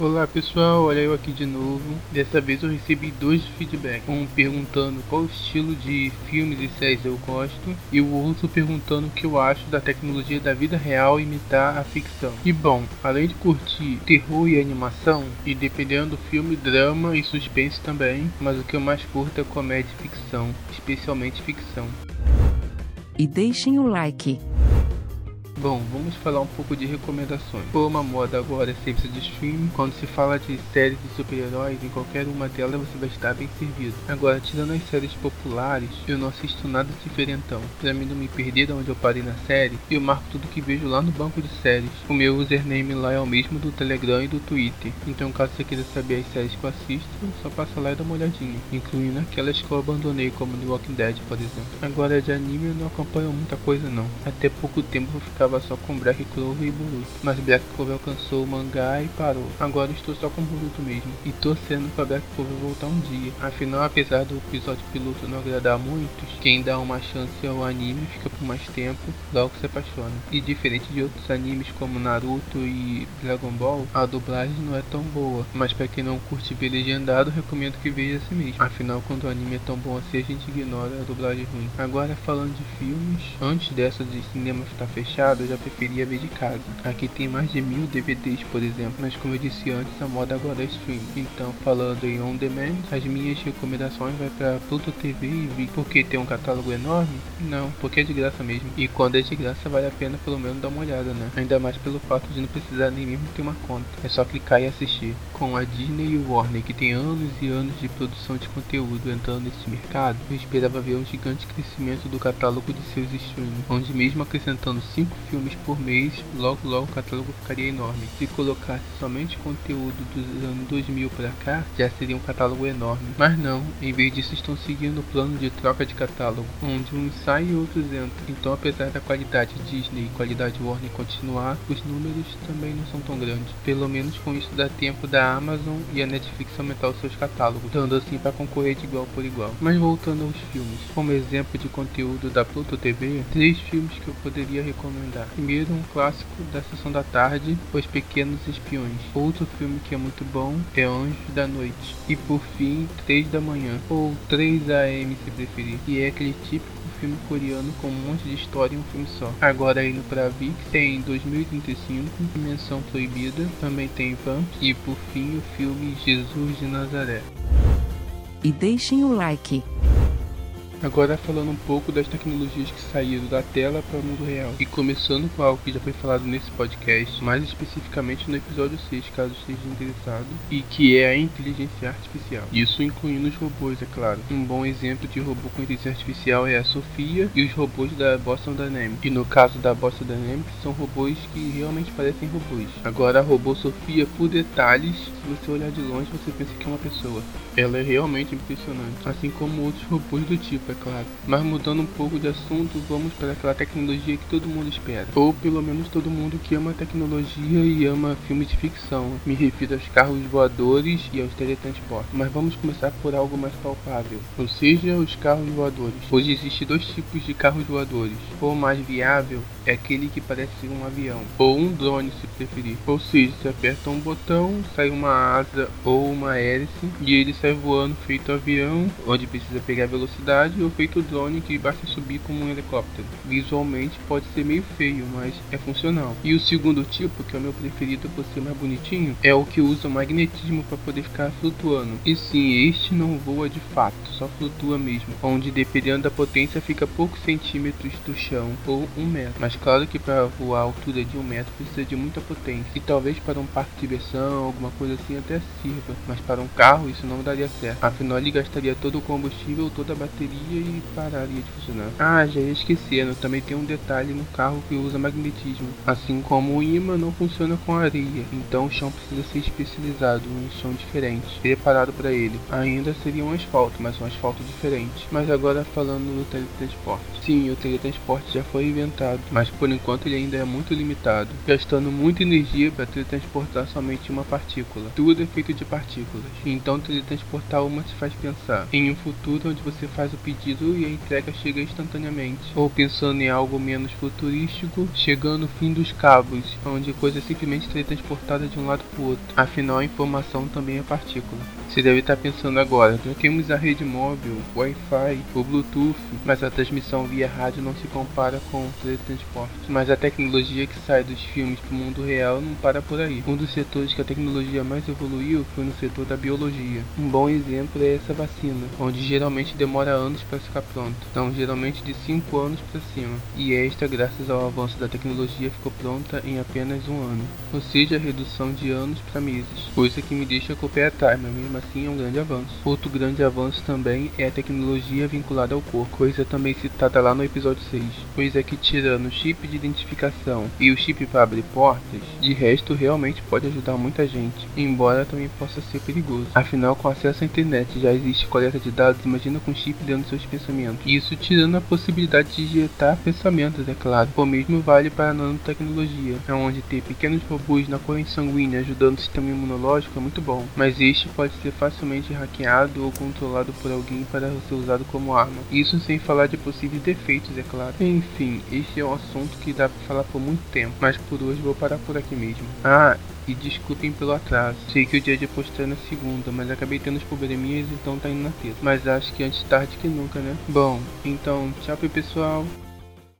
Olá pessoal, olha eu aqui de novo. Dessa vez eu recebi dois feedbacks. Um perguntando qual estilo de filmes e séries eu gosto, e o outro perguntando o que eu acho da tecnologia da vida real imitar a ficção. E bom, além de curtir terror e animação, e dependendo do filme, drama e suspense também, mas o que eu mais curto é comédia e ficção, especialmente ficção. E deixem o like. Bom, vamos falar um pouco de recomendações. Como a moda agora é serviço de streaming, quando se fala de séries de super-heróis, em qualquer uma delas você vai estar bem servido. Agora, tirando as séries populares, eu não assisto nada diferentão. Pra mim não me perder de onde eu parei na série, eu marco tudo que vejo lá no banco de séries. O meu username lá é o mesmo do Telegram e do Twitter. Então caso você queira saber as séries que eu assisto, só passa lá e dá uma olhadinha. Incluindo aquelas que eu abandonei, como The Walking Dead, por exemplo. Agora de anime eu não acompanho muita coisa não. Até pouco tempo eu ficava só com Black Clover e Boruto, mas Black Clover alcançou o mangá e parou. Agora estou só com Boruto mesmo, e torcendo para Black Clover voltar um dia. Afinal, apesar do episódio piloto não agradar a muitos, quem dá uma chance ao anime fica por mais tempo, logo se apaixona. E diferente de outros animes como Naruto e Dragon Ball, a dublagem não é tão boa, mas para quem não curte ver legendado, recomendo que veja assim mesmo. Afinal, quando o anime é tão bom assim, a gente ignora a dublagem ruim. Agora falando de filmes, antes dessa de cinema estar fechado, eu já preferia ver de casa. Aqui tem mais de 1000 DVDs, por exemplo, mas como eu disse antes, a moda agora é streaming. Então, falando em on demand, as minhas recomendações vai para Pluto TV e Viki. Porque tem um catálogo enorme? Não, porque é de graça mesmo. E quando é de graça, vale a pena pelo menos dar uma olhada, né? Ainda mais pelo fato de não precisar nem mesmo ter uma conta. É só clicar e assistir. Com a Disney e o Warner, que tem anos e anos de produção de conteúdo entrando nesse mercado, eu esperava ver um gigante crescimento do catálogo de seus streaming, onde mesmo acrescentando 5 filmes por mês, logo o catálogo ficaria enorme. Se colocasse somente conteúdo dos anos 2000 para cá, já seria um catálogo enorme. Mas não, em vez disso estão seguindo o plano de troca de catálogo, onde uns saem e outros entram. Então, apesar da qualidade Disney e qualidade Warner continuar, os números também não são tão grandes. Pelo menos com isso dá tempo da Amazon e a Netflix aumentar os seus catálogos, dando assim para concorrer de igual por igual. Mas voltando aos filmes, como exemplo de conteúdo da Pluto TV, 3 filmes que eu poderia recomendar. Primeiro, um clássico da Sessão da Tarde, Os Pequenos Espiões. Outro filme que é muito bom é Anjos da Noite. E por fim, 3 da Manhã, ou 3 AM se preferir, que é aquele típico filme coreano com um monte de história em um filme só. Agora indo pra VIX, tem 2035, Dimensão Proibida, também tem Vamp e por fim o filme Jesus de Nazaré. E deixem o like. Agora falando um pouco das tecnologias que saíram da tela para o mundo real. E começando com algo que já foi falado nesse podcast, mais especificamente no episódio 6, caso esteja interessado, e que é a inteligência artificial. Isso incluindo os robôs, é claro. Um bom exemplo de robô com inteligência artificial é a Sofia e os robôs da Boston Dynamics. E no caso da Boston Dynamics, são robôs que realmente parecem robôs. Agora a robô Sofia, por detalhes, se você olhar de longe, você pensa que é uma pessoa. Ela é realmente impressionante, assim como outros robôs do tipo, é claro. Mas mudando um pouco de assunto, vamos para aquela tecnologia que todo mundo espera. Ou pelo menos todo mundo que ama tecnologia e ama filmes de ficção. Me refiro aos carros voadores e aos teletransportes. Mas vamos começar por algo mais palpável, ou seja, os carros voadores. Hoje existem 2 tipos de carros voadores. O mais viável é aquele que parece um avião, ou um drone se preferir. Ou seja, você aperta um botão, sai uma asa ou uma hélice e ele sai voando feito avião, onde precisa pegar velocidade, ou feito drone que basta subir como um helicóptero. Visualmente pode ser meio feio, mas é funcional. E o segundo tipo, que é o meu preferido por ser mais bonitinho, é o que usa magnetismo para poder ficar flutuando. E sim, este não voa de fato, só flutua mesmo, onde dependendo da potência fica poucos centímetros do chão, ou 1 metro. Mas claro que para voar a altura de 1 metro precisa de muita potência, e talvez para um parque de diversão, alguma coisa assim até sirva, mas para um carro isso não daria certo. Afinal ele gastaria todo o combustível, toda a bateria e pararia de funcionar. Ah, já ia esquecendo, também tem um detalhe no carro que usa magnetismo. Assim como o ímã não funciona com areia, então o chão precisa ser especializado, um chão diferente, preparado para ele. Ainda seria um asfalto, mas um asfalto diferente. Mas agora falando do teletransporte. Sim, o teletransporte já foi inventado, mas por enquanto ele ainda é muito limitado, gastando muita energia para teletransportar somente uma partícula. Tudo é feito de partículas, então teletransportar uma te faz pensar em um futuro onde você faz o pedido pedido e a entrega chega instantaneamente. Ou pensando em algo menos futurístico, chegando no fim dos cabos, onde a coisa é simplesmente teletransportada de um lado para o outro. Afinal, a informação também é partícula. Você deve estar pensando agora, já temos a rede móvel, o Wi-Fi, o Bluetooth, mas a transmissão via rádio não se compara com o teletransporte. Mas a tecnologia que sai dos filmes para o mundo real não para por aí. Um dos setores que a tecnologia mais evoluiu foi no setor da biologia. Um bom exemplo é essa vacina, onde geralmente demora anos para ficar pronta. Então, geralmente de 5 anos para cima. E esta, graças ao avanço da tecnologia, ficou pronta em apenas um ano. Ou seja, a redução de anos para meses. Coisa que me deixa com o pé atrás, mas mesmo assim é um grande avanço. Outro grande avanço também é a tecnologia vinculada ao corpo, coisa também citada lá no episódio 6. Pois é que tirando o chip de identificação e o chip para abrir portas, de resto realmente pode ajudar muita gente, embora também possa ser perigoso. Afinal, com acesso à internet já existe coleta de dados, imagina com chip dentro dos seus pensamentos. Isso tirando a possibilidade de injetar pensamentos, é claro. O mesmo vale para a nanotecnologia, onde ter pequenos robôs na corrente sanguínea ajudando o sistema imunológico é muito bom, mas este pode ser facilmente hackeado ou controlado por alguém para ser usado como arma. Isso sem falar de possíveis defeitos, é claro. Enfim, este é um assunto que dá para falar por muito tempo, mas por hoje vou parar por aqui mesmo. E desculpem pelo atraso. Sei que o dia de postar é na segunda, mas acabei tendo os probleminhas, então tá indo na terça. Mas acho que antes tarde que nunca, né? Bom, então tchau pro pessoal.